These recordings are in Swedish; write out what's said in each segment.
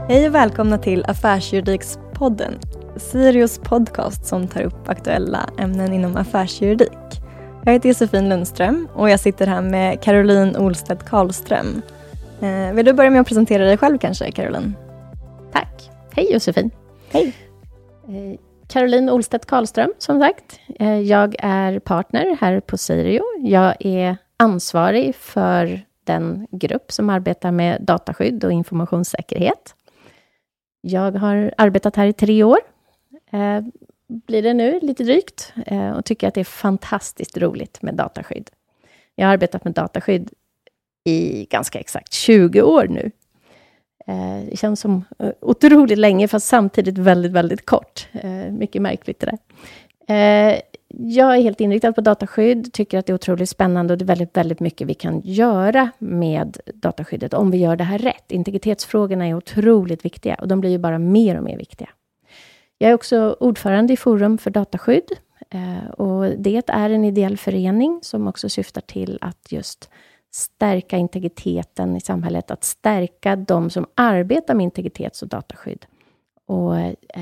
Hej och välkomna till Affärsjuridikspodden, Sirius podcast som tar upp aktuella ämnen inom affärsjuridik. Jag heter Josefin Lundström och jag sitter här med Caroline Olstedt Karlström. Vill du börja med att presentera dig själv kanske, Caroline? Tack. Hej Josefin. Hej. Caroline Olstedt Karlström som sagt. Jag är partner här på Sirio. Jag är ansvarig för den grupp som arbetar med dataskydd och informationssäkerhet. Jag har arbetat här i 3 år. Blir det nu lite drygt. Och tycker att det är fantastiskt roligt med dataskydd. Jag har arbetat med dataskydd i ganska exakt 20 år nu. Det känns som otroligt länge fast samtidigt väldigt, väldigt kort. Mycket märkligt det där. Jag är helt inriktad på dataskydd. Tycker att det är otroligt spännande och det är väldigt, väldigt mycket vi kan göra med dataskyddet om vi gör det här rätt. Integritetsfrågorna är otroligt viktiga och de blir ju bara mer och mer viktiga. Jag är också ordförande i Forum för dataskydd. Och det är en ideell förening som också syftar till att just stärka integriteten i samhället. Att stärka de som arbetar med integritets- och dataskydd. Och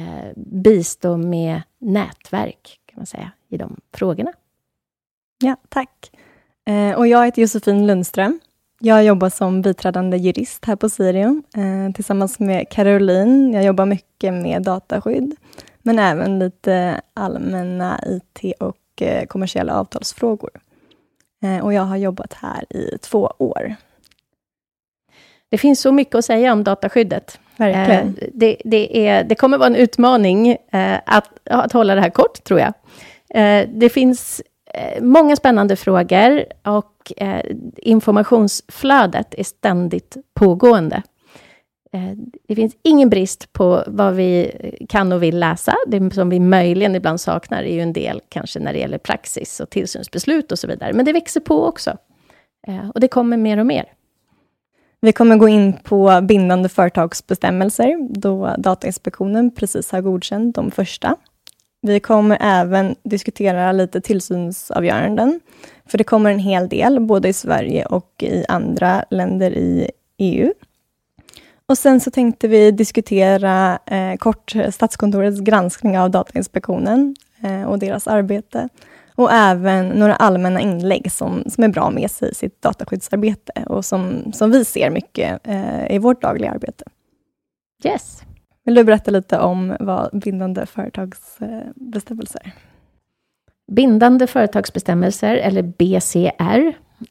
bistå med nätverk kan man säga i de frågorna. Ja, tack. Och jag heter Josefin Lundström. Jag jobbar som biträdande jurist här på Sirio tillsammans med Caroline. Jag jobbar mycket med dataskydd men även lite allmänna IT- och kommersiella avtalsfrågor. Och jag har jobbat här i 2 år. Det finns så mycket att säga om dataskyddet. Verkligen. Det kommer vara en utmaning att hålla det här kort, tror jag. Det finns många spännande frågor och informationsflödet är ständigt pågående. Det finns ingen brist på vad vi kan och vill läsa. Det som vi möjligen ibland saknar är ju en del kanske när det gäller praxis och tillsynsbeslut och så vidare. Men det växer på också. Och det kommer mer och mer. Vi kommer gå in på bindande företagsbestämmelser då Datainspektionen precis har godkänt de första. Vi kommer även diskutera lite tillsynsavgöranden, för det kommer en hel del både i Sverige och i andra länder i EU. Och sen så tänkte vi diskutera kort Statskontorets granskning av Datainspektionen och deras arbete. Och även några allmänna inlägg som är bra med sig i sitt dataskyddsarbete och som vi ser mycket i vårt dagliga arbete. Yes. Vill du berätta lite om vad bindande företagsbestämmelser? Bindande företagsbestämmelser eller BCR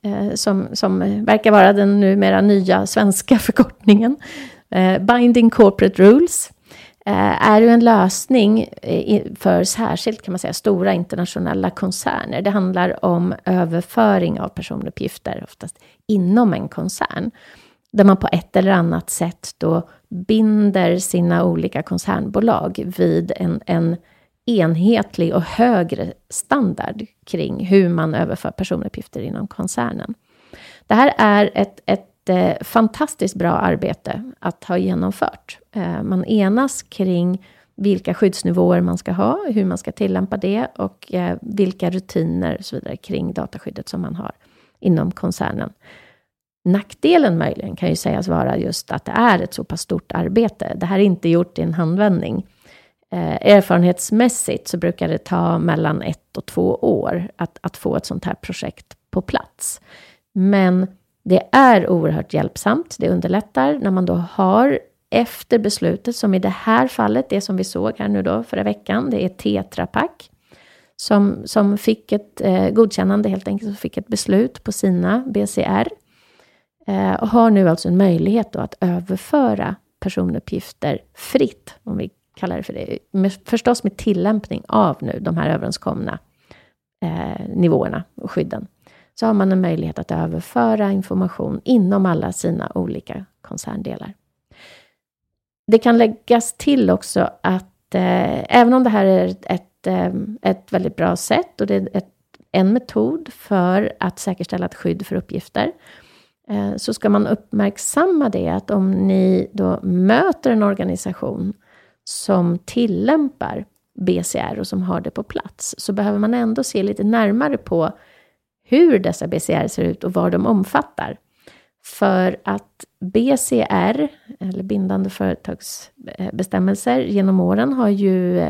som verkar vara den numera nya svenska förkortningen. Binding Corporate Rules är ju en lösning för särskilt kan man säga stora internationella koncerner. Det handlar om överföring av personuppgifter oftast inom en koncern. Där man på ett eller annat sätt då binder sina olika koncernbolag vid en enhetlig och högre standard kring hur man överför personuppgifter inom koncernen. Det här är ett fantastiskt bra arbete att ha genomfört. Man enas kring vilka skyddsnivåer man ska ha, hur man ska tillämpa det och vilka rutiner och så vidare kring dataskyddet som man har inom koncernen. Nackdelen möjligen kan ju sägas vara just att det är ett så pass stort arbete. Det här är inte gjort i en handvändning. Erfarenhetsmässigt så brukar det ta mellan 1 och 2 år att få ett sånt här projekt på plats. Men det är oerhört hjälpsamt. Det underlättar när man då har efter beslutet, som i det här fallet, det som vi såg här nu då förra veckan, det är Tetra Pak som fick ett godkännande helt enkelt, som fick ett beslut på sina BCR och har nu alltså en möjlighet då att överföra personuppgifter fritt, om vi kallar det för det, förstås med tillämpning av nu de här överenskomna nivåerna och skydden. Så har man en möjlighet att överföra information inom alla sina olika koncerndelar. Det kan läggas till också att även om det här är ett väldigt bra sätt och det är en metod för att säkerställa ett skydd för uppgifter, så ska man uppmärksamma det att om ni då möter en organisation som tillämpar BCR och som har det på plats, så behöver man ändå se lite närmare på hur dessa BCR ser ut och vad de omfattar. För att BCR, eller bindande företagsbestämmelser, genom åren har ju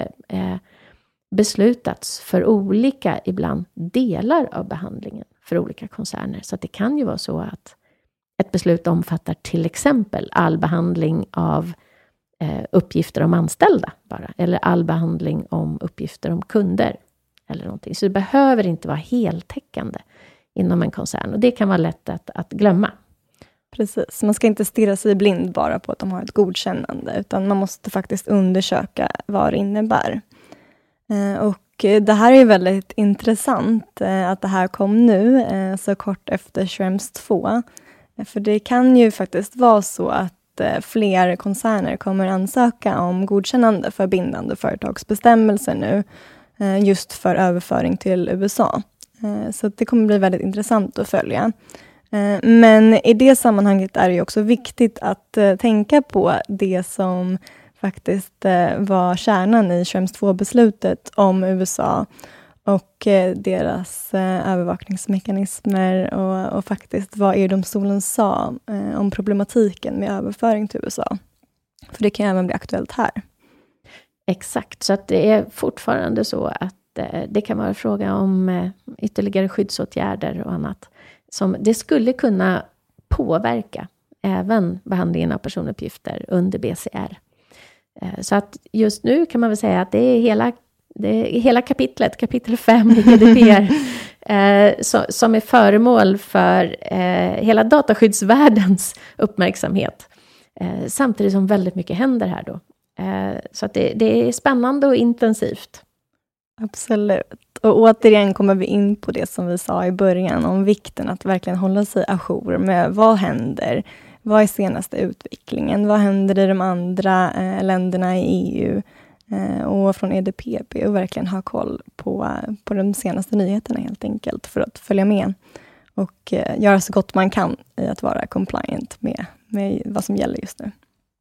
beslutats för olika, ibland delar av behandlingen för olika koncerner. Så att det kan ju vara så att ett beslut omfattar till exempel all behandling av uppgifter om anställda bara. Eller all behandling om uppgifter om kunder. Eller någonting. Så det behöver inte vara heltäckande inom en koncern. Och det kan vara lätt att glömma. Precis, man ska inte stirra sig blind bara på att de har ett godkännande. Utan man måste faktiskt undersöka vad det innebär. Och det här är väldigt intressant att det här kom nu. Så kort efter Schrems 2. För det kan ju faktiskt vara så att fler koncerner kommer ansöka om godkännande för bindande företagsbestämmelser nu. Just för överföring till USA. Så det kommer bli väldigt intressant att följa. Men i det sammanhanget är det också viktigt att tänka på det som faktiskt var kärnan i Schrems 2-beslutet om USA och deras övervakningsmekanismer och faktiskt vad EU-domstolen sa om problematiken med överföring till USA. För det kan även bli aktuellt här. Exakt, så att det är fortfarande så att det kan vara fråga om ytterligare skyddsåtgärder och annat. Som det skulle kunna påverka även behandlingen av personuppgifter under BCR. Så att just nu kan man väl säga att det är hela kapitlet, kapitel 5 i GDPR, som är föremål för hela dataskyddsvärldens uppmärksamhet. Samtidigt som väldigt mycket händer här då. Så att det är spännande och intensivt. Absolut. Och återigen kommer vi in på det som vi sa i början om vikten att verkligen hålla sig ajour med vad händer. Vad är senaste utvecklingen? Vad händer i de andra länderna i EU och från EDPB? Och verkligen ha koll på de senaste nyheterna helt enkelt för att följa med. Och göra så gott man kan i att vara compliant med vad som gäller just nu.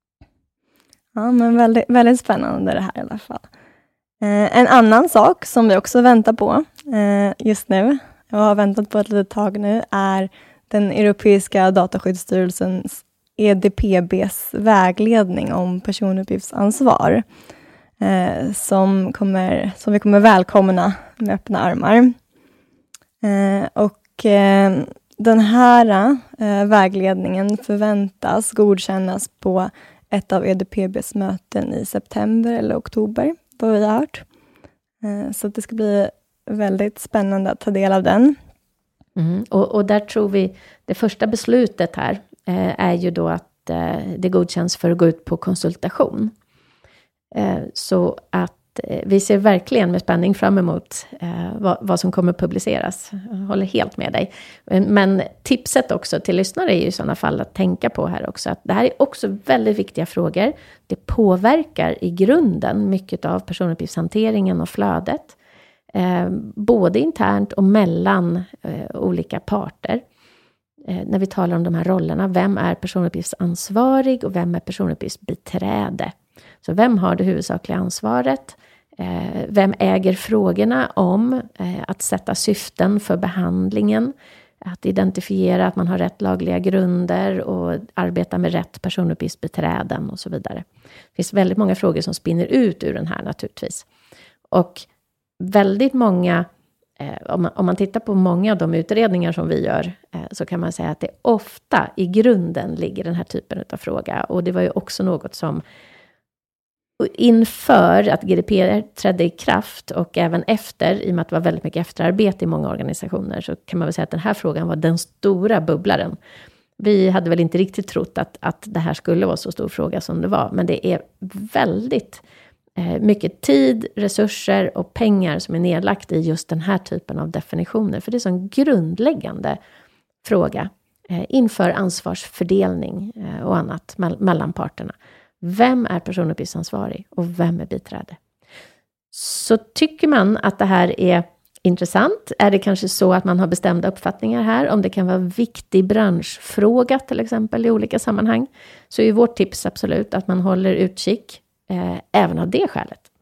Ja, men väldigt, väldigt spännande det här i alla fall. En annan sak som vi också väntar på just nu, och har väntat på ett litet tag nu, är den Europeiska dataskyddsstyrelsens EDPBs vägledning om personuppgiftsansvar. Som vi kommer välkomna med öppna armar. Den här vägledningen förväntas godkännas på ett av EDPBs möten i september eller oktober, vad vi har hört. Så det ska bli väldigt spännande att ta del av den. Och där tror vi, det första beslutet här är ju då att det godkänns för att gå ut på konsultation. Så att vi ser verkligen med spänning fram emot vad som kommer publiceras. Jag håller helt med dig. Men tipset också till lyssnare är ju i sådana fall att tänka på här också. Att det här är också väldigt viktiga frågor. Det påverkar i grunden mycket av personuppgiftshanteringen och flödet. Både internt och mellan olika parter. När vi talar om de här rollerna. Vem är personuppgiftsansvarig och vem är personuppgiftsbiträde? Så vem har det huvudsakliga ansvaret? Vem äger frågorna om att sätta syften för behandlingen? Att identifiera att man har rätt lagliga grunder och arbeta med rätt personuppgiftsbiträden och så vidare. Det finns väldigt många frågor som spinner ut ur den här naturligtvis. Och väldigt många, om man tittar på många av de utredningar som vi gör, så kan man säga att det ofta i grunden ligger den här typen av fråga. Och det var ju också något som inför att GDPR trädde i kraft och även efter, i och med att det var väldigt mycket efterarbete i många organisationer, så kan man väl säga att den här frågan var den stora bubblaren. Vi hade väl inte riktigt trott att det här skulle vara så stor fråga som det var, men det är väldigt mycket tid, resurser och pengar som är nedlagt i just den här typen av definitioner, för det är en grundläggande fråga inför ansvarsfördelning och annat mellan parterna. Vem är personuppgiftsansvarig och vem är biträde? Så tycker man att det här är intressant, är det kanske så att man har bestämda uppfattningar här, om det kan vara en viktig branschfråga till exempel i olika sammanhang, så är vårt tips absolut att man håller utkik även av det skälet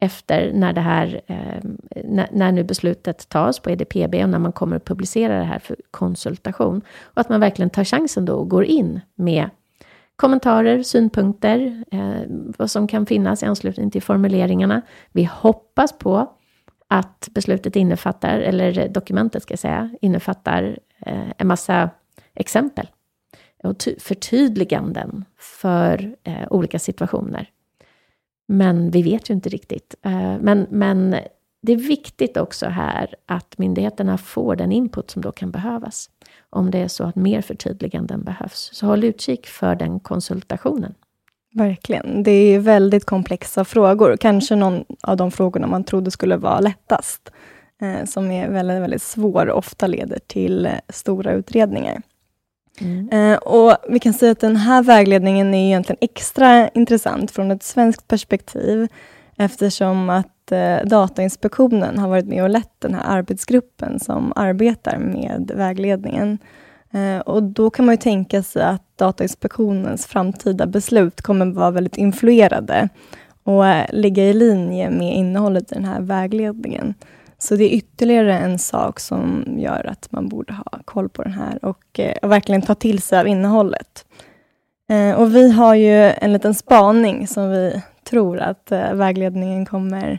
efter när det här, när nu beslutet tas på EDPB och när man kommer att publicera det här för konsultation. Och att man verkligen tar chansen då och går in med kommentarer, synpunkter, vad som kan finnas i anslutning till formuleringarna. Vi hoppas på att beslutet innefattar, eller dokumentet ska jag säga, innefattar en massa exempel och förtydliganden för olika situationer. Men vi vet ju inte riktigt. Men det är viktigt också här att myndigheterna får den input som då kan behövas. Om det är så att mer förtydliganden behövs. Så håll utkik för den konsultationen. Verkligen. Det är väldigt komplexa frågor. Kanske någon av de frågorna man trodde skulle vara lättast. Som är väldigt, väldigt svår och ofta leder till stora utredningar. Och vi kan säga att den här vägledningen är egentligen extra intressant från ett svenskt perspektiv. Eftersom att Datainspektionen har varit med och lett den här arbetsgruppen som arbetar med vägledningen. Och då kan man ju tänka sig att Datainspektionens framtida beslut kommer vara väldigt influerade och ligga i linje med innehållet i den här vägledningen. Så det är ytterligare en sak som gör att man borde ha koll på den här och verkligen ta till sig av innehållet. Och vi har ju en liten spaning som vi tror att vägledningen kommer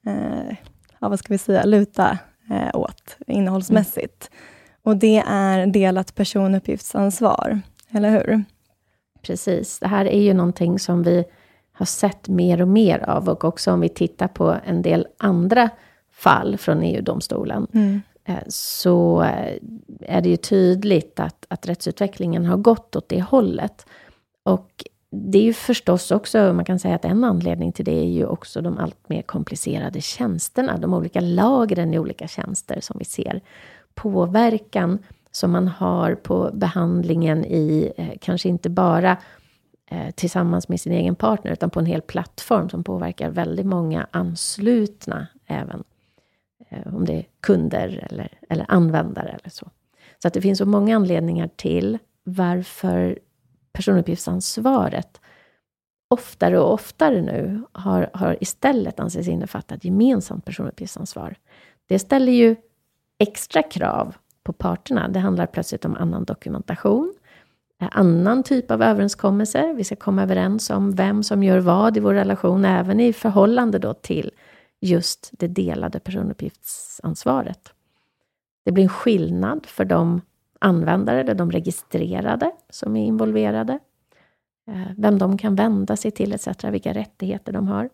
luta åt innehållsmässigt. Och det är delat personuppgiftsansvar, eller hur? Precis, det här är ju någonting som vi har sett mer och mer av. Och också om vi tittar på en del andra fall från EU-domstolen. Så är det ju tydligt att rättsutvecklingen har gått åt det hållet. Och det är ju förstås också, man kan säga att en anledning till det är ju också de allt mer komplicerade tjänsterna. De olika lagren i olika tjänster som vi ser. Påverkan som man har på behandlingen i kanske inte bara tillsammans med sin egen partner utan på en hel plattform som påverkar väldigt många anslutna även. Om det är kunder eller användare eller så. Så att det finns så många anledningar till varför personuppgiftsansvaret oftare och oftare nu har istället anses innefatta ett gemensamt personuppgiftsansvar. Det ställer ju extra krav på parterna. Det handlar plötsligt om annan dokumentation, annan typ av överenskommelser. Vi ska komma överens om vem som gör vad i vår relation, även i förhållande då till just det delade personuppgiftsansvaret. Det blir en skillnad för de användare eller de registrerade som är involverade. Vem de kan vända sig till etc. Vilka rättigheter de har.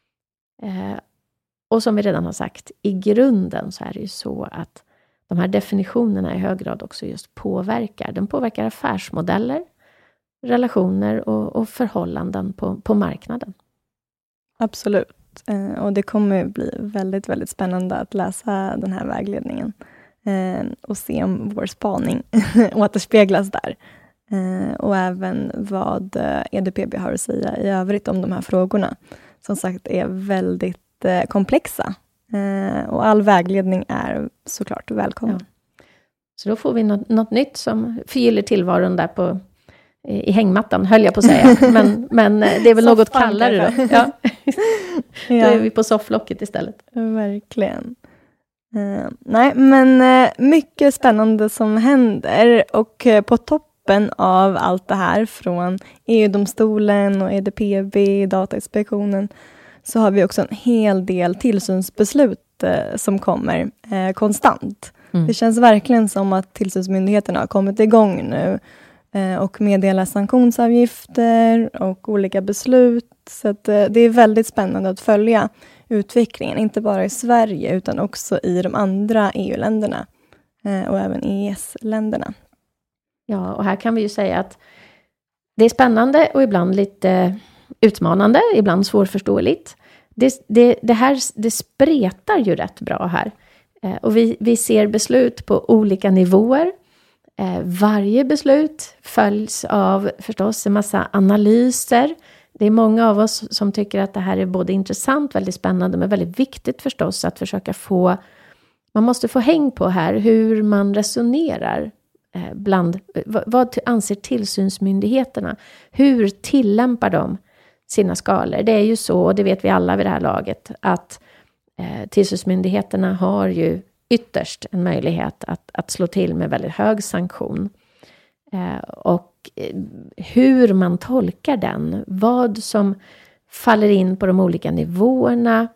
Och som vi redan har sagt, i grunden så är det ju så att de här definitionerna i hög grad också just påverkar. Den påverkar affärsmodeller, relationer och förhållanden på marknaden. Absolut. Och det kommer bli väldigt, väldigt spännande att läsa den här vägledningen. Och se om vår spaning återspeglas där. Och även vad EDPB har att säga i övrigt om de här frågorna. Som sagt är väldigt komplexa. Och all vägledning är såklart välkommen. Ja. Så då får vi något nytt som förgyller tillvaron där i hängmattan, höll jag på att säga. Men det är väl något kallare då. Ja. Då är vi på sofflocket istället. Verkligen. Nej, men mycket spännande som händer. Och på toppen av allt det här från EU-domstolen och EDPB, Datainspektionen, så har vi också en hel del tillsynsbeslut som kommer konstant. Det känns verkligen som att tillsynsmyndigheterna har kommit igång nu och meddelar sanktionsavgifter och olika beslut. Så att, det är väldigt spännande att följa utvecklingen, inte bara i Sverige utan också i de andra EU-länderna och även EES-länderna. Ja, och här kan vi ju säga att det är spännande och ibland lite utmanande, ibland svårförståeligt. Det spretar ju rätt bra här. Och vi ser beslut på olika nivåer. Varje beslut följs av förstås en massa analyser. Det är många av oss som tycker att det här är både intressant, väldigt spännande, men väldigt viktigt förstås att försöka man måste få häng på här hur man resonerar vad anser tillsynsmyndigheterna? Hur tillämpar de sina skalor. Det är ju så, och det vet vi alla vid det här laget, att tillsynsmyndigheterna har ju ytterst en möjlighet att slå till med väldigt hög sanktion. Och hur man tolkar den, vad som faller in på de olika nivåerna,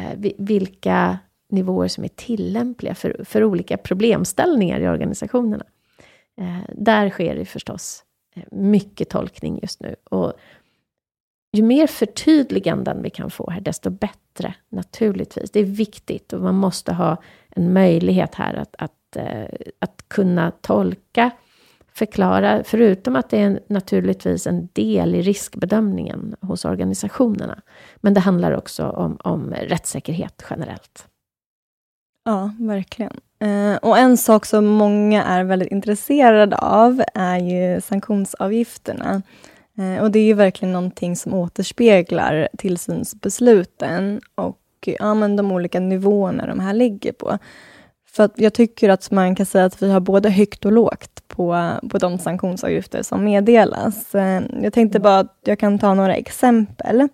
vilka nivåer som är tillämpliga för olika problemställningar i organisationerna. Där sker det förstås mycket tolkning just nu. Och ju mer förtydliganden vi kan få här, desto bättre naturligtvis. Det är viktigt och man måste ha en möjlighet här att kunna tolka, förklara, förutom att det är naturligtvis en del i riskbedömningen hos organisationerna. Men det handlar också om rättssäkerhet generellt. Ja, verkligen. Och en sak som många är väldigt intresserade av är ju sanktionsavgifterna. Och det är ju verkligen någonting som återspeglar tillsynsbesluten och men de olika nivåerna de här ligger på. För att jag tycker att man kan säga att vi har både högt och lågt på de sanktionsavgifter som meddelas. Jag tänkte bara att jag kan ta några exempel.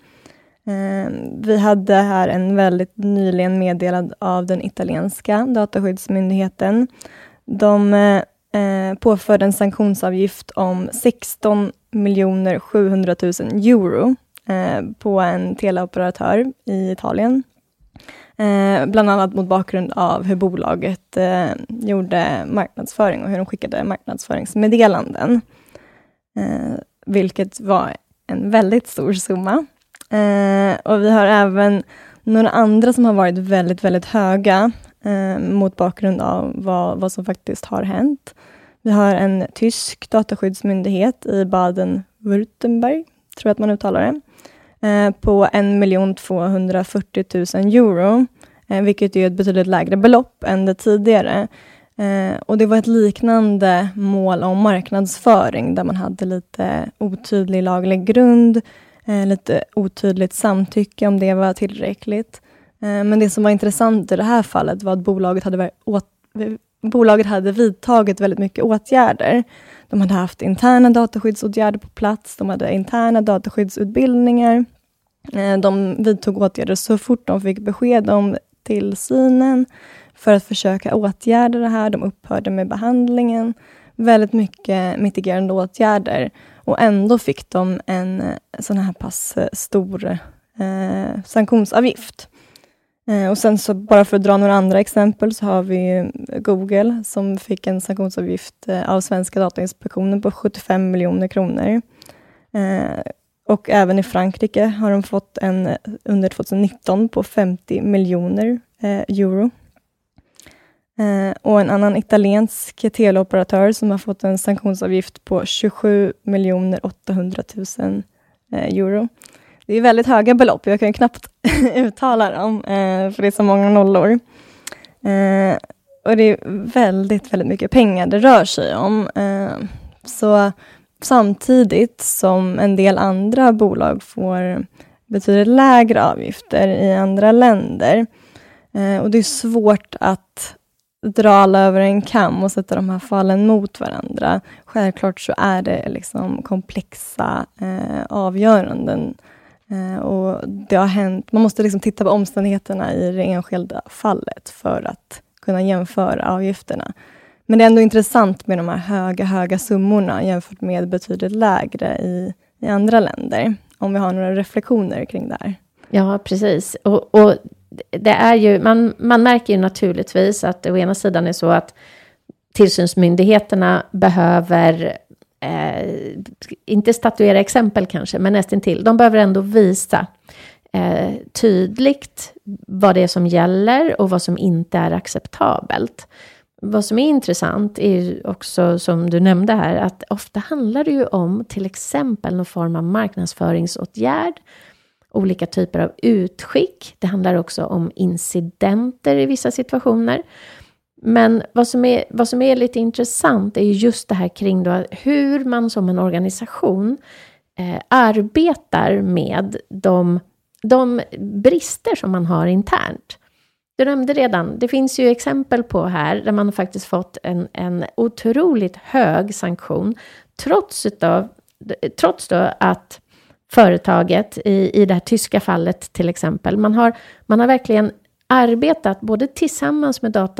Vi hade här en väldigt nyligen meddelad av den italienska dataskyddsmyndigheten. De påförde en sanktionsavgift om 16 700 000 euro på en teleoperatör i Italien. Bland annat mot bakgrund av hur bolaget gjorde marknadsföring och hur de skickade marknadsföringsmeddelanden. Vilket var en väldigt stor summa. Och vi har även några andra som har varit väldigt, väldigt höga mot bakgrund av vad som faktiskt har hänt. Vi har en tysk dataskyddsmyndighet i Baden-Württemberg, tror jag att man uttalar det, på 1 240 000 euro, vilket är ett betydligt lägre belopp än det tidigare. Och det var ett liknande mål om marknadsföring där man hade lite otydlig laglig grund, lite otydligt samtycke om det var tillräckligt. Men det som var intressant i det här fallet var att bolaget hade vidtagit väldigt mycket åtgärder. De hade haft interna dataskyddsåtgärder på plats, de hade interna dataskyddsutbildningar. De vidtog åtgärder så fort de fick besked om tillsynen för att försöka åtgärda det här. De upphörde med behandlingen. Väldigt mycket mitigerande åtgärder. Och ändå fick de en sån här pass stor sanktionsavgift. Och sen så bara för att dra några andra exempel så har vi Google som fick en sanktionsavgift av Svenska Datainspektionen på 75 miljoner kronor. Och även i Frankrike har de fått en under 2019 på 50 miljoner euro. Och en annan italiensk teleoperatör som har fått en sanktionsavgift på 27 800 000 euro. Det är väldigt höga belopp, jag kan ju knappt uttala dem för det är så många nollor. Och det är väldigt, väldigt mycket pengar det rör sig om. Så samtidigt som en del andra bolag får betydligt lägre avgifter i andra länder. Och det är svårt att dra alla över en kam och sätta de här fallen mot varandra. Självklart så är det liksom komplexa avgöranden. Och det har hänt, man måste liksom titta på omständigheterna i det enskilda fallet för att kunna jämföra avgifterna. Men det är ändå intressant med de här höga summorna jämfört med betydligt lägre i andra länder. Om vi har några reflektioner kring det här. Ja, precis. Och det är ju, man märker ju naturligtvis att det å ena sidan är så att tillsynsmyndigheterna behöver inte statuera exempel kanske, men nästintill. De behöver ändå visa tydligt vad det är som gäller och vad som inte är acceptabelt. Vad som är intressant är ju också, som du nämnde här, att ofta handlar det ju om till exempel någon form av marknadsföringsåtgärd, olika typer av utskick. Det handlar också om incidenter i vissa situationer. Men vad som är lite intressant är ju just det här kring då hur man som en organisation arbetar med de brister som man har internt. Du nämnde redan, det finns ju exempel på här där man faktiskt fått en otroligt hög sanktion trots då att företaget i det här tyska fallet till exempel. Man har verkligen arbetat både tillsammans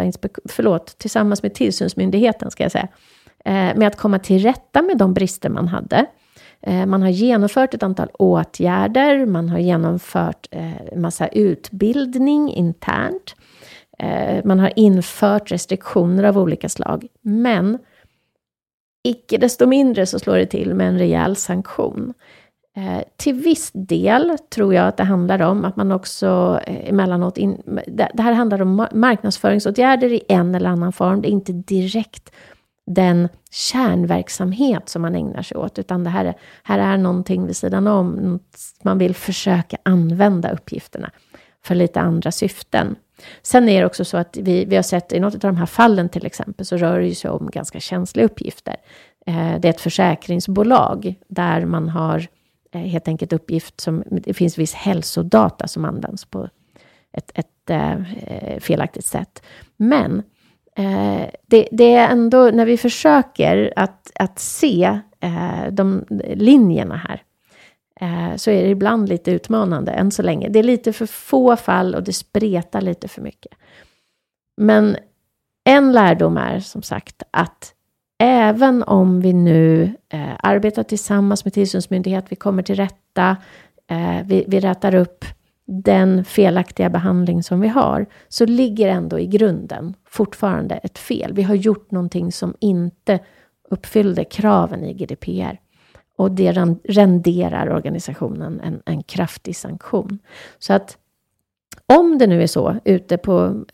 med tillsynsmyndigheten ska jag säga, med att komma till rätta med de brister man hade. Man har genomfört ett antal åtgärder, man har genomfört en massa utbildning internt. Man har infört restriktioner av olika slag. Men icke desto mindre så slår det till med en rejäl sanktion. Till viss del tror jag att det handlar om att man också emellanåt... det här handlar om marknadsföringsåtgärder i en eller annan form. Det är inte direkt den kärnverksamhet som man ägnar sig åt. Utan det här är någonting vid sidan om. Man vill försöka använda uppgifterna för lite andra syften. Sen är det också så att vi har sett i något av de här fallen till exempel så rör det sig om ganska känsliga uppgifter. Det är ett försäkringsbolag där man har helt enkelt uppgift som det finns viss hälsodata som används på ett felaktigt sätt. Men det är ändå när vi försöker att se de linjerna här så är det ibland lite utmanande än så länge. Det är lite för få fall och det spretar lite för mycket. Men en lärdom är som sagt att även om vi nu arbetar tillsammans med tillsynsmyndighet, vi kommer till rätta, vi rätar upp den felaktiga behandling som vi har, så ligger ändå i grunden fortfarande ett fel. Vi har gjort någonting som inte uppfyllde kraven i GDPR. Och det renderar organisationen en kraftig sanktion. Så att om det nu är så ute på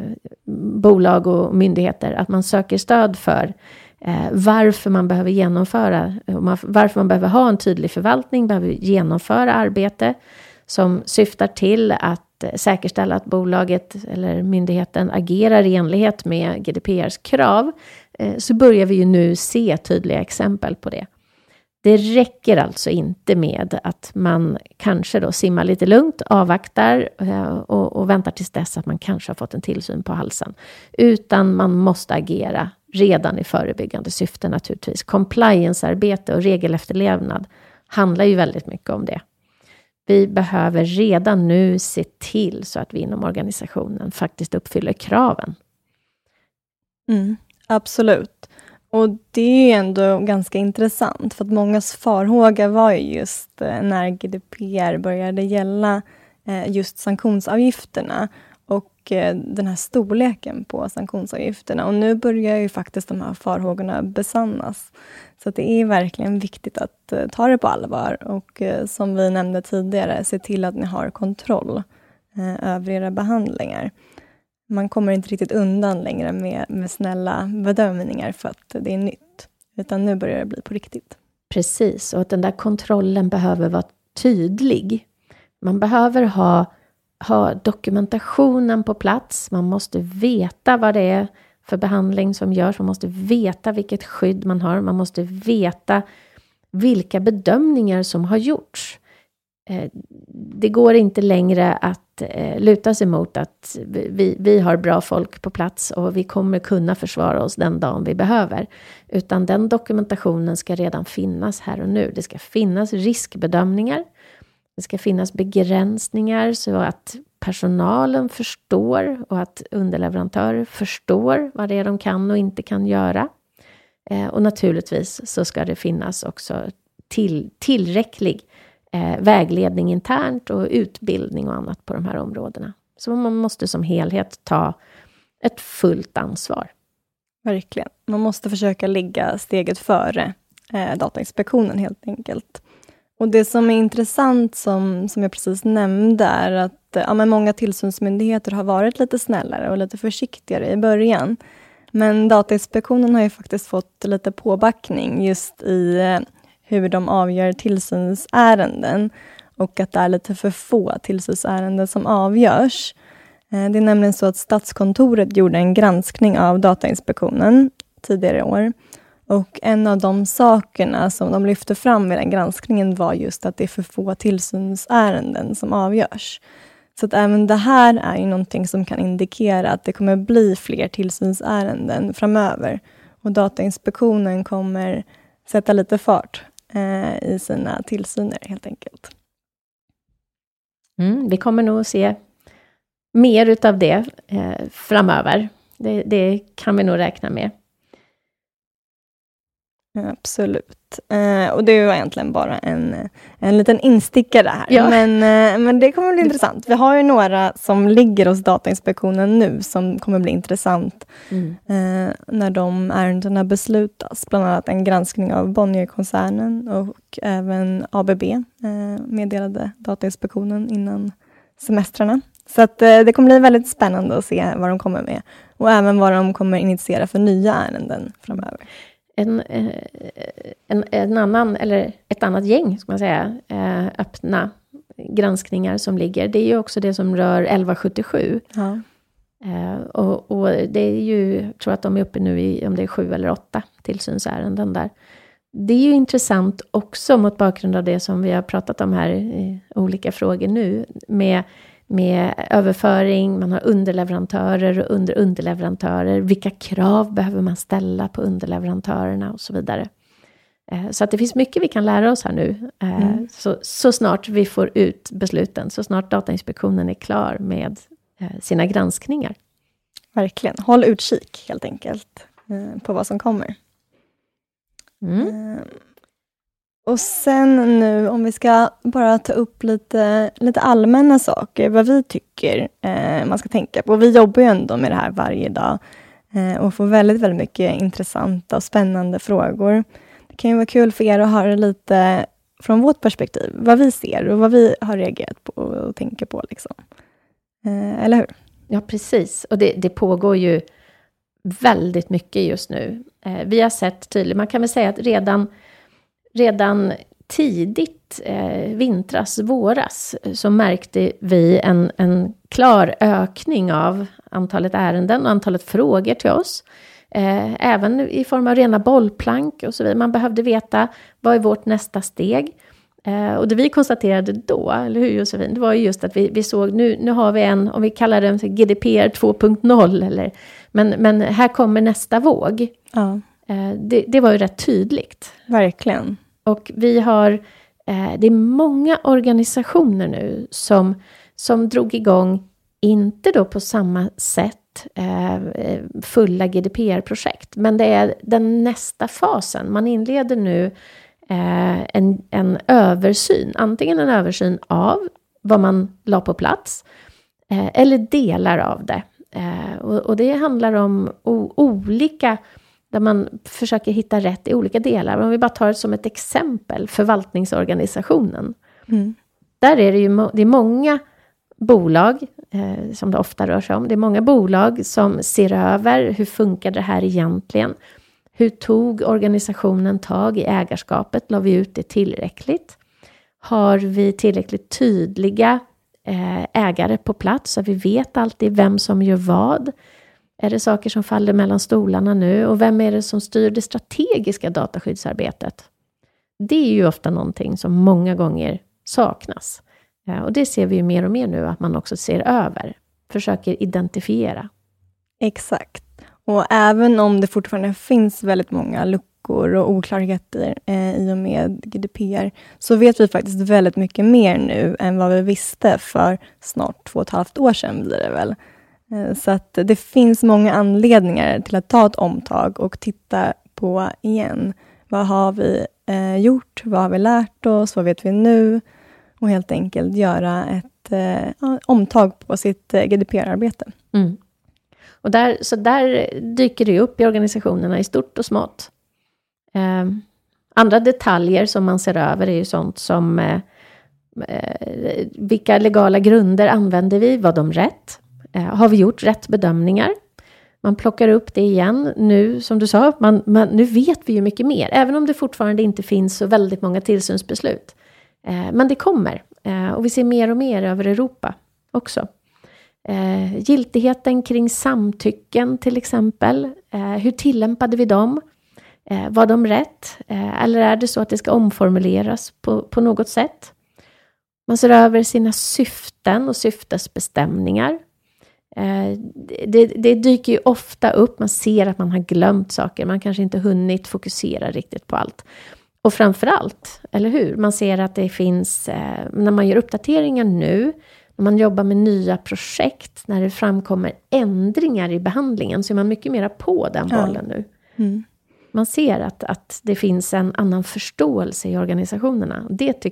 bolag och myndigheter att man söker stöd för varför man behöver varför man behöver ha en tydlig förvaltning, behöver genomföra arbete som syftar till att säkerställa att bolaget eller myndigheten agerar i enlighet med GDPRs krav, så börjar vi ju nu se tydliga exempel på det. Det räcker alltså inte med att man kanske då simmar lite lugnt, avvaktar och väntar tills dess att man kanske har fått en tillsyn på halsen. Utan man måste agera redan i förebyggande syfte naturligtvis. Compliance-arbete och regelefterlevnad handlar ju väldigt mycket om det. Vi behöver redan nu se till så att vi inom organisationen faktiskt uppfyller kraven. Absolut. Och det är ändå ganska intressant för att mångas farhåga var ju just när GDPR började gälla just sanktionsavgifterna och den här storleken på sanktionsavgifterna. Och nu börjar ju faktiskt de här farhågorna besannas. Så att det är verkligen viktigt att ta det på allvar och som vi nämnde tidigare, se till att ni har kontroll över era behandlingar. Man kommer inte riktigt undan längre med snälla bedömningar för att det är nytt. Utan nu börjar det bli på riktigt. Precis, och att den där kontrollen behöver vara tydlig. Man behöver ha dokumentationen på plats. Man måste veta vad det är för behandling som görs. Man måste veta vilket skydd man har. Man måste veta vilka bedömningar som har gjorts. Det går inte längre att luta sig mot att vi har bra folk på plats och vi kommer kunna försvara oss den dagen vi behöver. Utan den dokumentationen ska redan finnas här och nu. Det ska finnas riskbedömningar. Det ska finnas begränsningar så att personalen förstår och att underleverantörer förstår vad det är de kan och inte kan göra. Och naturligtvis så ska det finnas också tillräcklig vägledning internt och utbildning och annat på de här områdena. Så man måste som helhet ta ett fullt ansvar. Verkligen. Man måste försöka ligga steget före Datainspektionen helt enkelt. Och det som är intressant som jag precis nämnde är att men många tillsynsmyndigheter har varit lite snällare och lite försiktigare i början. Men Datainspektionen har ju faktiskt fått lite påbackning just i hur de avgör tillsynsärenden och att det är lite för få tillsynsärenden som avgörs. Det är nämligen så att Statskontoret gjorde en granskning av Datainspektionen tidigare i år. Och en av de sakerna som de lyfte fram i den granskningen var just att det är för få tillsynsärenden som avgörs. Så att även det här är ju någonting som kan indikera att det kommer bli fler tillsynsärenden framöver. Och Datainspektionen kommer sätta lite fart i sina tillsyner helt enkelt. Vi kommer nog se mer utav det framöver. Det kan vi nog räkna med. Absolut. Och det var egentligen bara en liten instickare här. Ja. Men det kommer bli intressant. Vi har ju några som ligger hos Datainspektionen nu som kommer bli intressant när de ärendena beslutas. Bland annat en granskning av Bonnierkoncernen och även ABB meddelade Datainspektionen innan semestrarna. Så att det kommer bli väldigt spännande att se vad de kommer med. Och även vad de kommer initiera för nya ärenden framöver. En annan, eller ett annat gäng, ska man säga, öppna granskningar som ligger. Det är ju också det som rör 1177. Ja. Och det är ju, jag tror att de är uppe nu i, om det är 7 eller 8 tillsynsärenden där. Det är ju intressant också mot bakgrund av det som vi har pratat om här i olika frågor nu. Med överföring, man har underleverantörer och underleverantörer. Vilka krav behöver man ställa på underleverantörerna och så vidare. Så att det finns mycket vi kan lära oss här nu. Så snart vi får ut besluten, så snart Datainspektionen är klar med sina granskningar. Verkligen, håll utkik helt enkelt på vad som kommer. Och sen nu, om vi ska bara ta upp lite allmänna saker, vad vi tycker man ska tänka på. Vi jobbar ju ändå med det här varje dag och får väldigt, väldigt mycket intressanta och spännande frågor. Det kan ju vara kul för er att höra lite från vårt perspektiv, vad vi ser och vad vi har reagerat på och tänker på. Liksom. Eller hur? Ja, precis. Och det pågår ju väldigt mycket just nu. Vi har sett tydligt, man kan väl säga att redan tidigt våras så märkte vi en klar ökning av antalet ärenden och antalet frågor till oss. Även i form av rena bollplank och så vidare. Man behövde veta vad är vårt nästa steg. Och det vi konstaterade då, eller hur Josefin, det var ju just att vi såg, nu har vi om vi kallar den för GDPR 2.0, men här kommer nästa våg. Ja. Det var ju rätt tydligt. Verkligen. Och vi har, det är många organisationer nu som drog igång, inte då på samma sätt, fulla GDPR-projekt. Men det är den nästa fasen. Man inleder nu en översyn. Antingen en översyn av vad man la på plats. Eller delar av det. Och det handlar om olika, där man försöker hitta rätt i olika delar. Om vi bara tar som ett exempel, förvaltningsorganisationen. Där är det är många bolag som det ofta rör sig om. Det är många bolag som ser över hur funkar det här egentligen. Hur tog organisationen tag i ägarskapet? La vi ut det tillräckligt? Har vi tillräckligt tydliga ägare på plats så vi vet alltid vem som gör vad? Är det saker som faller mellan stolarna nu? Och vem är det som styr det strategiska dataskyddsarbetet? Det är ju ofta någonting som många gånger saknas. Och det ser vi ju mer och mer nu att man också ser över. Försöker identifiera. Exakt. Och även om det fortfarande finns väldigt många luckor och oklarheter i och med GDPR, så vet vi faktiskt väldigt mycket mer nu än vad vi visste för snart 2,5 år sedan blir det väl. Så att det finns många anledningar till att ta ett omtag och titta på igen. Vad har vi gjort? Vad har vi lärt oss? Vad vet vi nu? Och helt enkelt göra ett omtag på sitt GDPR-arbete. Och där dyker det upp i organisationerna i stort och smått. Andra detaljer som man ser över är ju sånt som vilka legala grunder använder vi? Var de rätt? Har vi gjort rätt bedömningar? Man plockar upp det igen. Nu, som du sa, nu vet vi ju mycket mer. Även om det fortfarande inte finns så väldigt många tillsynsbeslut. Men det kommer. Och vi ser mer och mer över Europa också. Giltigheten kring samtycken till exempel. Hur tillämpade vi dem? Var de rätt? Eller är det så att det ska omformuleras på något sätt? Man ser över sina syften och syftesbestämningar. Det dyker ju ofta upp. Man ser att man har glömt saker. Man kanske inte hunnit fokusera riktigt på allt. Och framförallt, eller hur? Man ser att det finns, när man gör uppdateringar nu, när man jobbar med nya projekt, när det framkommer ändringar i behandlingen, så är man mycket mer på den bollen nu. Mm. Man ser att det finns en annan förståelse i organisationerna.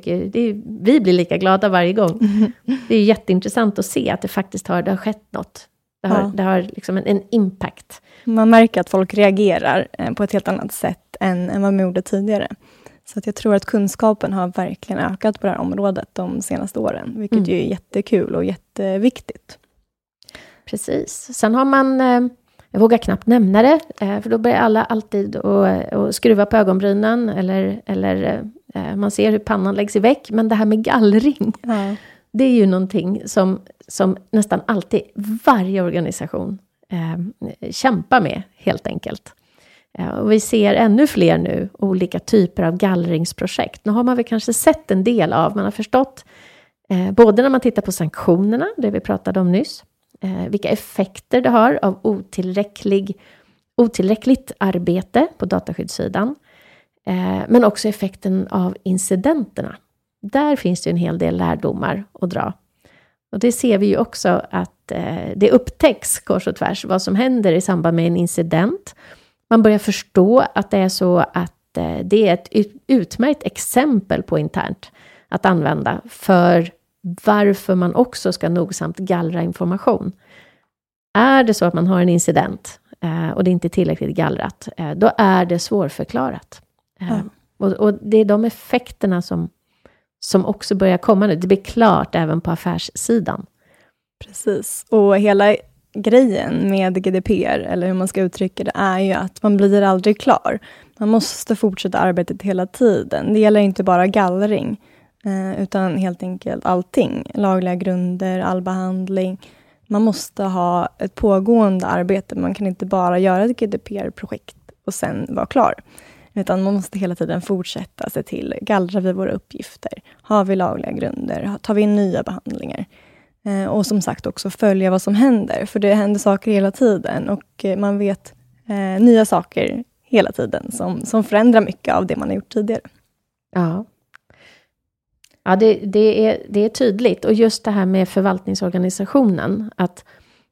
Vi blir lika glada varje gång. Mm. Det är jätteintressant att se att det faktiskt det har skett något. Det har liksom en impact. Man märker att folk reagerar på ett helt annat sätt än vad man gjorde tidigare. Så att jag tror att kunskapen har verkligen ökat på det här området de senaste åren. Vilket ju är jättekul och jätteviktigt. Precis. Sen har man, jag vågar knappt nämna det. För då börjar alla alltid att skruva på ögonbrynen. Eller man ser hur pannan läggs i väck. Men det här med gallring. Ja. Det är ju någonting som nästan alltid varje organisation kämpar med helt enkelt. Och vi ser ännu fler nu olika typer av gallringsprojekt. Nu har man väl kanske sett en del av, man har förstått både när man tittar på sanktionerna, det vi pratade om nyss, vilka effekter det har av otillräckligt arbete på dataskyddssidan, men också effekten av incidenterna. Där finns det en hel del lärdomar att dra. Och det ser vi ju också att det upptäcks kors och tvärs vad som händer i samband med en incident. Man börjar förstå att det är så att det är ett utmärkt exempel på internt att använda för varför man också ska nogsamt gallra information. Är det så att man har en incident och det inte är tillräckligt gallrat, då är det svårförklarat. Och det är de effekterna som också börjar komma nu. Det blir klart även på affärssidan. Precis. Och hela grejen med GDPR, eller hur man ska uttrycka det, är ju att man blir aldrig klar. Man måste fortsätta arbetet hela tiden. Det gäller inte bara gallring, utan helt enkelt allting. Lagliga grunder, all behandling. Man måste ha ett pågående arbete. Man kan inte bara göra ett GDPR-projekt och sen vara klar. Utan man måste hela tiden fortsätta se till, gallrar vi våra uppgifter? Har vi lagliga grunder? Tar vi in nya behandlingar? Och som sagt också följa vad som händer. För det händer saker hela tiden. Och man vet nya saker hela tiden som förändrar mycket av det man har gjort tidigare. Ja, det är tydligt. Och just det här med förvaltningsorganisationen. Att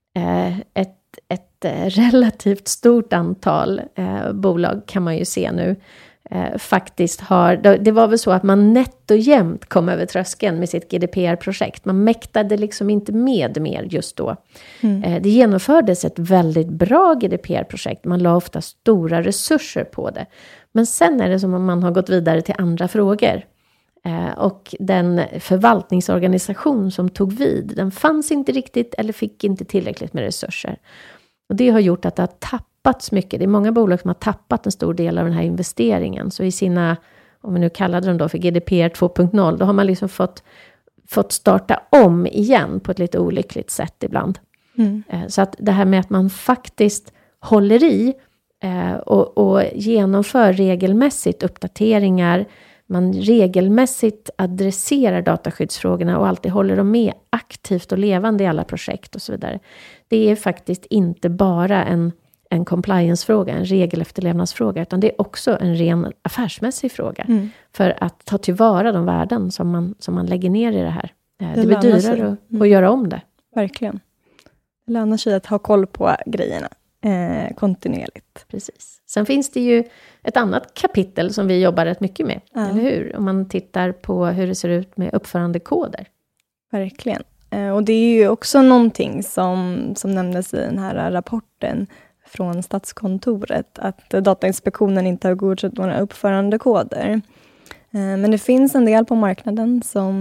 ett relativt stort antal bolag kan man ju se nu faktiskt har, det var väl så att man nätt och jämnt kom över tröskeln med sitt GDPR-projekt. Man mäktade liksom inte med mer just då. Det genomfördes ett väldigt bra GDPR-projekt. Man la ofta stora resurser på det. Men sen är det som om man har gått vidare till andra frågor. Och den förvaltningsorganisation som tog vid, den fanns inte riktigt eller fick inte tillräckligt med resurser. Och det har gjort att det har tappats mycket. Det är många bolag som har tappat en stor del av den här investeringen. Så i sina, om vi nu kallade dem då för GDPR 2.0, då har man liksom fått starta om igen på ett lite olyckligt sätt ibland. Så att det här med att man faktiskt håller i och genomför regelmässigt uppdateringar, man regelmässigt adresserar dataskyddsfrågorna och alltid håller dem med aktivt och levande i alla projekt och så vidare. Det är faktiskt inte bara en compliance-fråga, en regelefterlevnadsfråga, utan det är också en ren affärsmässig fråga. För att ta tillvara de värden som man lägger ner i det här. Det blir dyrare att göra om det. Verkligen. Det lönar sig att ha koll på grejerna kontinuerligt. Precis. Sen finns det ju ett annat kapitel som vi jobbar rätt mycket med, eller hur? Om man tittar på hur det ser ut med uppförandekoder. Verkligen. Och det är ju också någonting som nämndes i den här rapporten från Statskontoret, att Datainspektionen inte har godkänt några uppförandekoder. Men det finns en del på marknaden som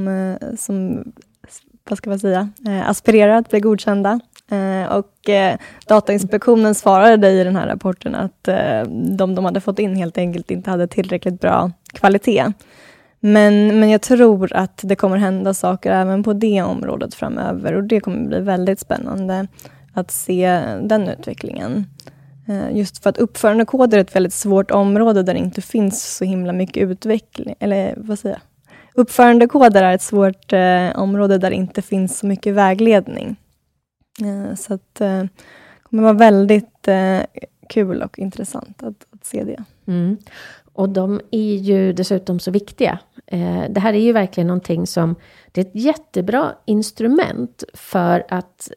vad ska man säga, aspirerar att bli godkända. Och Datainspektionen svarade i den här rapporten att de hade fått in helt enkelt inte hade tillräckligt bra kvalitet. Men jag tror att det kommer hända saker även på det området framöver. Och det kommer bli väldigt spännande att se den utvecklingen. Just för att uppförandekoder är ett väldigt svårt område där det inte finns så himla mycket utveckling. Eller vad säger jag? Uppförandekoder är ett svårt område där det inte finns så mycket vägledning. Så att det kommer vara väldigt kul och intressant att se det. Och de är ju dessutom så viktiga. Det här är ju verkligen någonting som, det är ett jättebra instrument för att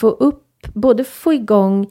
få igång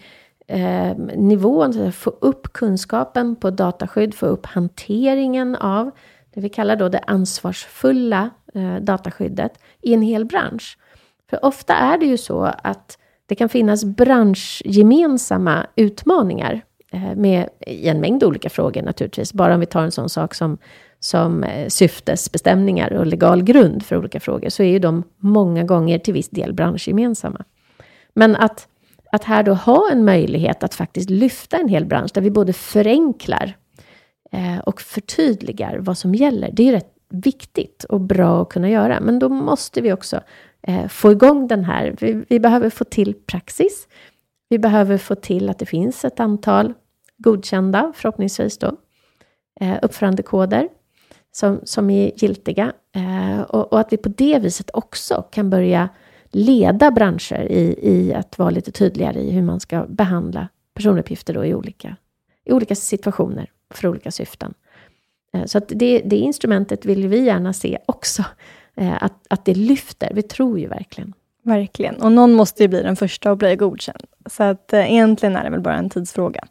nivån, få upp kunskapen på dataskydd, få upp hanteringen av det vi kallar då det ansvarsfulla dataskyddet i en hel bransch. För ofta är det ju så att det kan finnas branschgemensamma utmaningar i en mängd olika frågor naturligtvis. Bara om vi tar en sån sak som syftesbestämningar och legal grund för olika frågor, så är ju de många gånger till viss del branschgemensamma. Men att här då ha en möjlighet att faktiskt lyfta en hel bransch där vi både förenklar och förtydligar vad som gäller. Det är ju rätt viktigt och bra att kunna göra. Men då måste vi också få igång den här. Vi behöver få till praxis. Vi behöver få till att det finns ett antal godkända, förhoppningsvis då, uppförandekoder som är giltiga. Och att vi på det viset också kan börja leda branscher i att vara lite tydligare i hur man ska behandla personuppgifter då i olika situationer för olika syften. Så att det instrumentet vill vi gärna se också, att det lyfter. Vi tror ju verkligen. Verkligen. Och någon måste ju bli den första att bli godkänd. Så att egentligen är det väl bara en tidsfråga.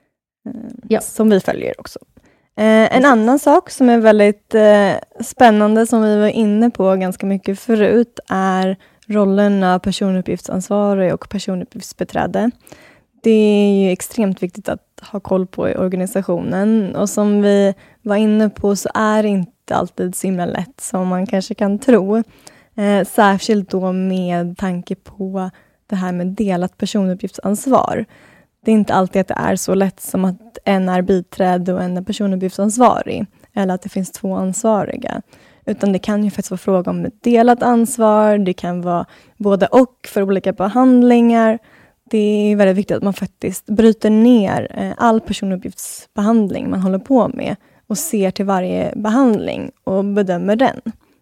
Som vi följer också. En annan sak som är väldigt spännande, som vi var inne på ganska mycket förut, är rollen av personuppgiftsansvarig och personuppgiftsbiträde. Det är ju extremt viktigt att ha koll på i organisationen. Och som vi var inne på så är det inte alltid så himla lätt som man kanske kan tro. Särskilt då med tanke på det här med delat personuppgiftsansvar. Det är inte alltid att det är så lätt som att en är biträde och en är personuppgiftsansvarig. Eller att det finns 2 ansvariga. Utan det kan ju faktiskt vara fråga om ett delat ansvar. Det kan vara både och för olika behandlingar. Det är väldigt viktigt att man faktiskt bryter ner all personuppgiftsbehandling man håller på med. Och ser till varje behandling och bedömer den.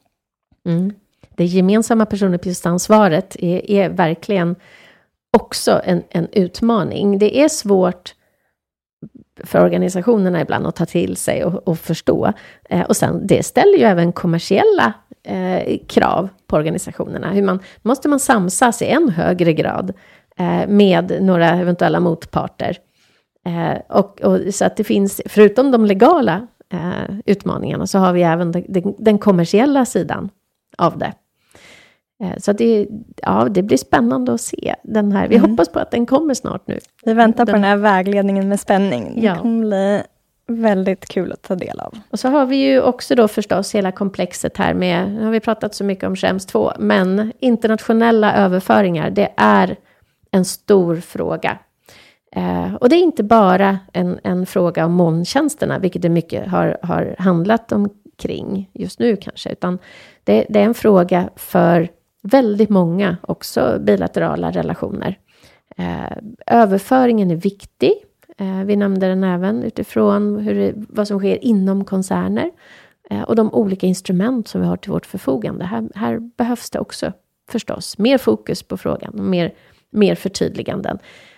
Det gemensamma personuppgiftsansvaret är verkligen också en utmaning. Det är svårt för organisationerna ibland att ta till sig och förstå. Och sen, det ställer ju även kommersiella krav på organisationerna. Måste man samsas i en högre grad med några eventuella motparter. Och så att det finns, förutom de legala utmaningarna, så har vi även den kommersiella sidan av det. Så det blir spännande att se den här. Vi hoppas på att den kommer snart nu. Vi väntar på den här vägledningen med spänning. Det kommer bli väldigt kul att ta del av. Och så har vi ju också då förstås hela komplexet här med, nu har vi pratat så mycket om Schrems 2, men internationella överföringar, det är en stor fråga. Och det är inte bara en fråga om molntjänsterna, vilket det mycket har handlat omkring just nu kanske, utan det är en fråga för väldigt många också bilaterala relationer. Överföringen är viktig. Vi nämnde den även utifrån vad som sker inom koncerner. Och de olika instrument som vi har till vårt förfogande. Här behövs det också förstås mer fokus på frågan och mer förtydliganden.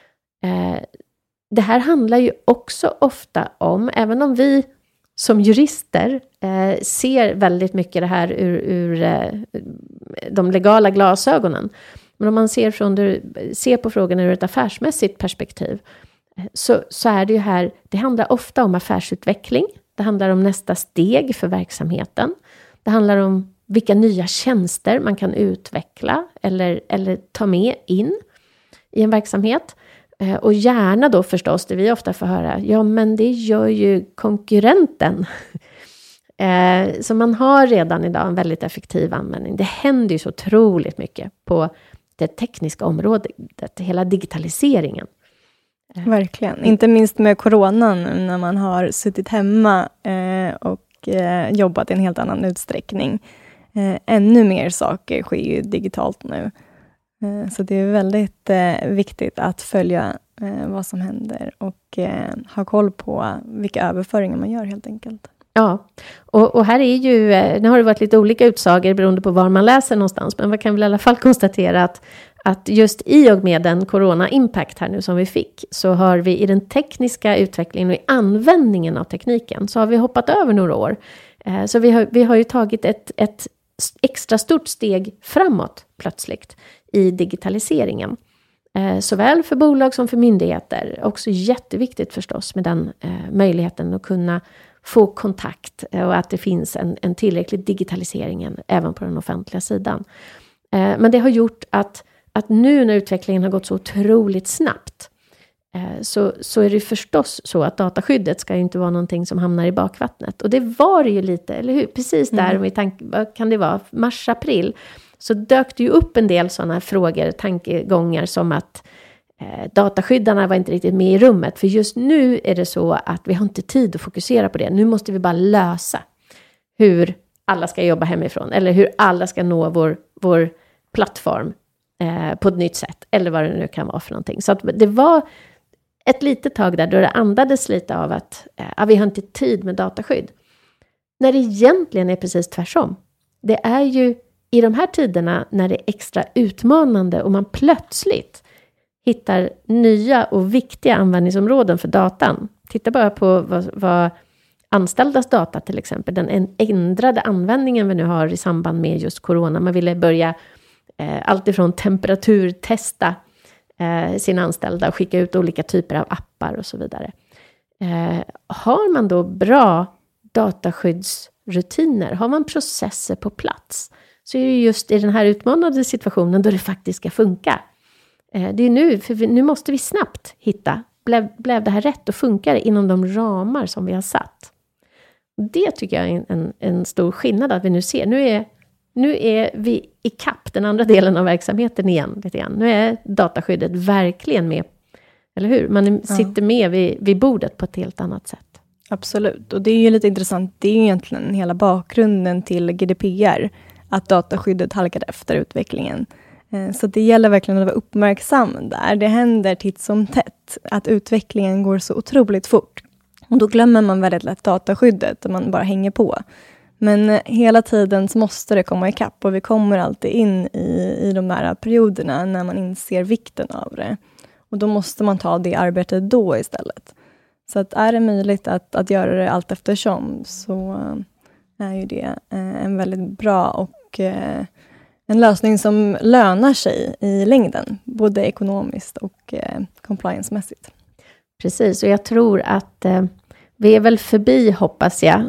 Det här handlar ju också ofta om, även om vi som jurister ser väldigt mycket det här ur de legala glasögonen. Men om man ser på frågan ur ett affärsmässigt perspektiv, så är det ju här, det handlar ofta om affärsutveckling. Det handlar om nästa steg för verksamheten. Det handlar om vilka nya tjänster man kan utveckla eller ta med in i en verksamhet. Och gärna då förstås, det vi ofta får höra, ja men det gör ju konkurrenten. Så man har redan idag en väldigt effektiv användning. Det händer ju så otroligt mycket på det tekniska området, hela digitaliseringen. Verkligen, inte minst med coronan när man har suttit hemma och jobbat i en helt annan utsträckning. Ännu mer saker sker ju digitalt nu. Så det är väldigt viktigt att följa vad som händer och ha koll på vilka överföringar man gör helt enkelt. Ja, och här är ju, nu har det varit lite olika utsagor beroende på var man läser någonstans, men man kan väl i alla fall konstatera att just i och med den corona-impact här nu som vi fick, så har vi i den tekniska utvecklingen och i användningen av tekniken, så har vi hoppat över några år. Så vi har ju tagit ett extra stort steg framåt plötsligt i digitaliseringen. Såväl för bolag som för myndigheter. Också jätteviktigt förstås med den möjligheten att kunna få kontakt och att det finns en tillräcklig digitalisering även på den offentliga sidan. Men det har gjort att nu när utvecklingen har gått så otroligt snabbt, så är det förstås så att dataskyddet ska ju inte vara någonting som hamnar i bakvattnet. Och det var det ju lite, eller hur? Precis där, vad kan det vara? Mars, april. Så dök det ju upp en del sådana frågor, tankegångar som att dataskyddarna var inte riktigt med i rummet. För just nu är det så att vi har inte tid att fokusera på det. Nu måste vi bara lösa hur alla ska jobba hemifrån. Eller hur alla ska nå vår plattform på ett nytt sätt. Eller vad det nu kan vara för någonting. Så att det var ett litet tag där då det andades lite av att vi har inte tid med dataskydd. När det egentligen är precis tvärtom. Det är ju i de här tiderna när det är extra utmanande och man plötsligt hittar nya och viktiga användningsområden för datan. Titta bara på vad anställdas data till exempel. Den ändrade användningen vi nu har i samband med just corona. Man ville börja alltifrån temperaturtesta sina anställda och skicka ut olika typer av appar och så vidare. Har man då bra dataskyddsrutiner, har man processer på plats, så är det just i den här utmanande situationen då det faktiskt ska funka. Det är nu, för nu måste vi snabbt hitta, blev det här rätt och funkar det inom de ramar som vi har satt. Det tycker jag är en stor skillnad att vi nu ser. Nu är vi i kapp den andra delen av verksamheten igen. Lite grann. Nu är dataskyddet verkligen med, eller hur? Man sitter med vid bordet på ett helt annat sätt. Absolut, och det är ju lite intressant. Det är ju egentligen hela bakgrunden till GDPR. Att dataskyddet halkade efter utvecklingen. Så det gäller verkligen att vara uppmärksam där. Det händer titt som tätt att utvecklingen går så otroligt fort. Och då glömmer man väldigt lätt dataskyddet och man bara hänger på. Men hela tiden så måste det komma ikapp och vi kommer alltid in i de här perioderna när man inser vikten av det. Och då måste man ta det arbetet då istället. Så att är det möjligt att göra det allt eftersom, så är ju det en väldigt bra och en lösning som lönar sig i längden, både ekonomiskt och compliance-mässigt. Precis, och jag tror att vi är väl förbi, hoppas jag,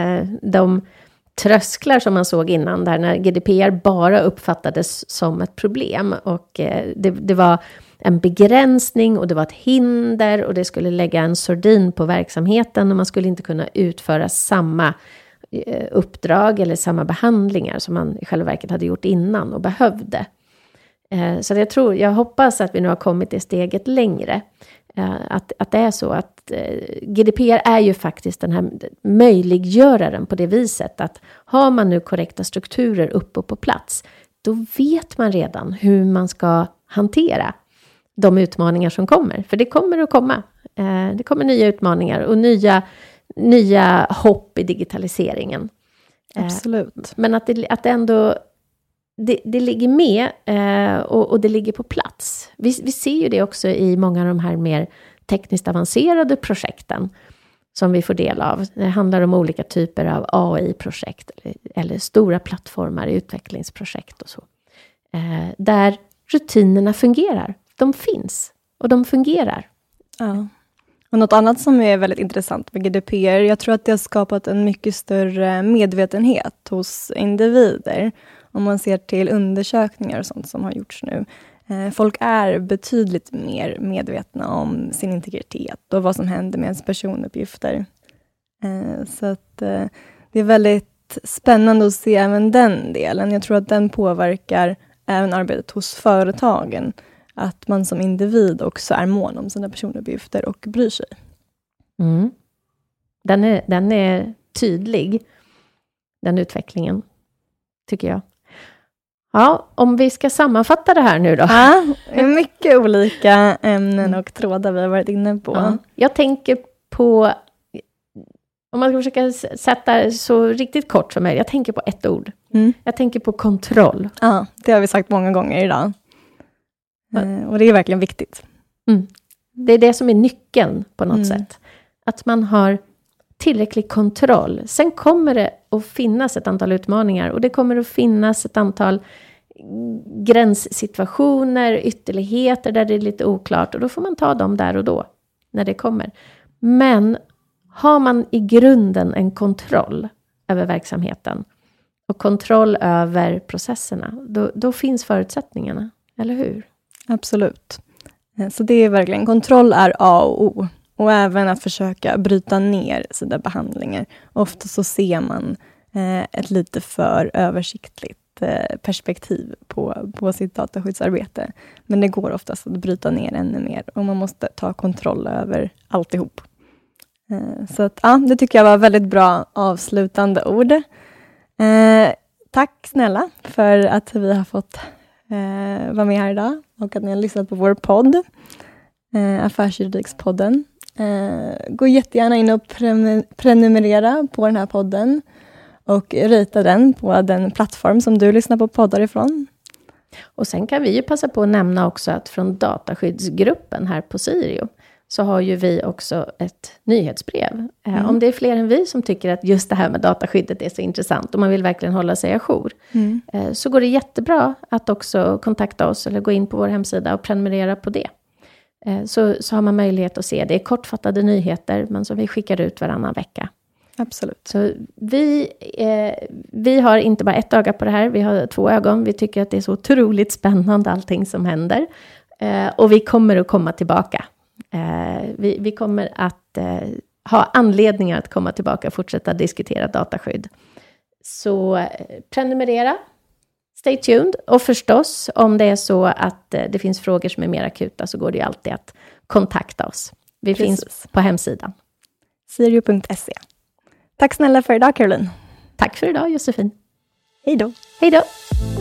de trösklar som man såg innan, där när GDPR bara uppfattades som ett problem. Och det var en begränsning och det var ett hinder och det skulle lägga en sordin på verksamheten och man skulle inte kunna utföra samma uppdrag eller samma behandlingar som man i själva verket hade gjort innan och behövde. Så jag hoppas att vi nu har kommit det steget längre. Att det är så att GDPR är ju faktiskt den här möjliggöraren på det viset att har man nu korrekta strukturer uppe på plats, då vet man redan hur man ska hantera de utmaningar som kommer. För det kommer att komma. Det kommer nya utmaningar och nya hopp i digitaliseringen. Absolut. Men att det ändå det ligger med och det ligger på plats. Vi ser ju det också i många av de här mer tekniskt avancerade projekten som vi får del av. Det handlar om olika typer av AI-projekt eller stora plattformar i utvecklingsprojekt och så. Där rutinerna fungerar. De finns och de fungerar. Ja. Och något annat som är väldigt intressant med GDPR, jag tror att det har skapat en mycket större medvetenhet hos individer. Om man ser till undersökningar och sånt som har gjorts nu. Folk är betydligt mer medvetna om sin integritet och vad som händer med ens personuppgifter. Så att det är väldigt spännande att se även den delen. Jag tror att den påverkar även arbetet hos företagen. Att man som individ också är mån om sina personuppgifter och bryr sig. Mm. Den är tydlig, den utvecklingen, tycker jag. Ja, om vi ska sammanfatta det här nu då. Ja, det är mycket olika ämnen och trådar vi har varit inne på. Ja. Jag tänker på, om man ska försöka sätta så riktigt kort som möjligt, jag tänker på ett ord. Jag tänker på kontroll. Ja, det har vi sagt många gånger idag. Och det är verkligen viktigt. Det är det som är nyckeln på något sätt. Att man har tillräcklig kontroll. Sen kommer det att finnas ett antal utmaningar. Och det kommer att finnas ett antal gränssituationer, ytterligheter där det är lite oklart. Och då får man ta dem där och då, när det kommer. Men har man i grunden en kontroll över verksamheten och kontroll över processerna, då finns förutsättningarna, eller hur? Absolut. Så det är verkligen, kontroll är A och O. Och även att försöka bryta ner sina behandlingar. Ofta så ser man ett lite för översiktligt perspektiv på sitt dataskyddsarbete. Men det går oftast att bryta ner ännu mer. Och man måste ta kontroll över alltihop. Så att, ja, det tycker jag var väldigt bra avslutande ord. Tack snälla för att vi har fått vara med här idag. Och att ni har lyssnat på vår podd. Affärsjuridikspodden. Gå jättegärna in och prenumerera på den här podden. Och rita den på den plattform som du lyssnar på poddar ifrån. Och sen kan vi ju passa på att nämna också att från dataskyddsgruppen här på Sirio så har ju vi också ett nyhetsbrev. Om det är fler än vi som tycker att just det här med dataskyddet är så intressant och man vill verkligen hålla sig ajour, så går det jättebra att också kontakta oss eller gå in på vår hemsida och prenumerera på det. Så har man möjlighet att se. Det är kortfattade nyheter men som vi skickar ut varannan vecka. Absolut. Så vi har inte bara ett öga på det här, vi har 2 ögon. Vi tycker att det är så otroligt spännande allting som händer. Och vi kommer att komma tillbaka. Vi kommer att ha anledningar att komma tillbaka och fortsätta diskutera dataskydd. Så prenumerera, stay tuned. Och förstås, om det är så att det finns frågor som är mer akuta så går det ju alltid att kontakta oss. Vi finns på hemsidan. Sirio.se. Tack snälla för idag, Caroline. Tack för idag, Josefin. Hej då. Hej då.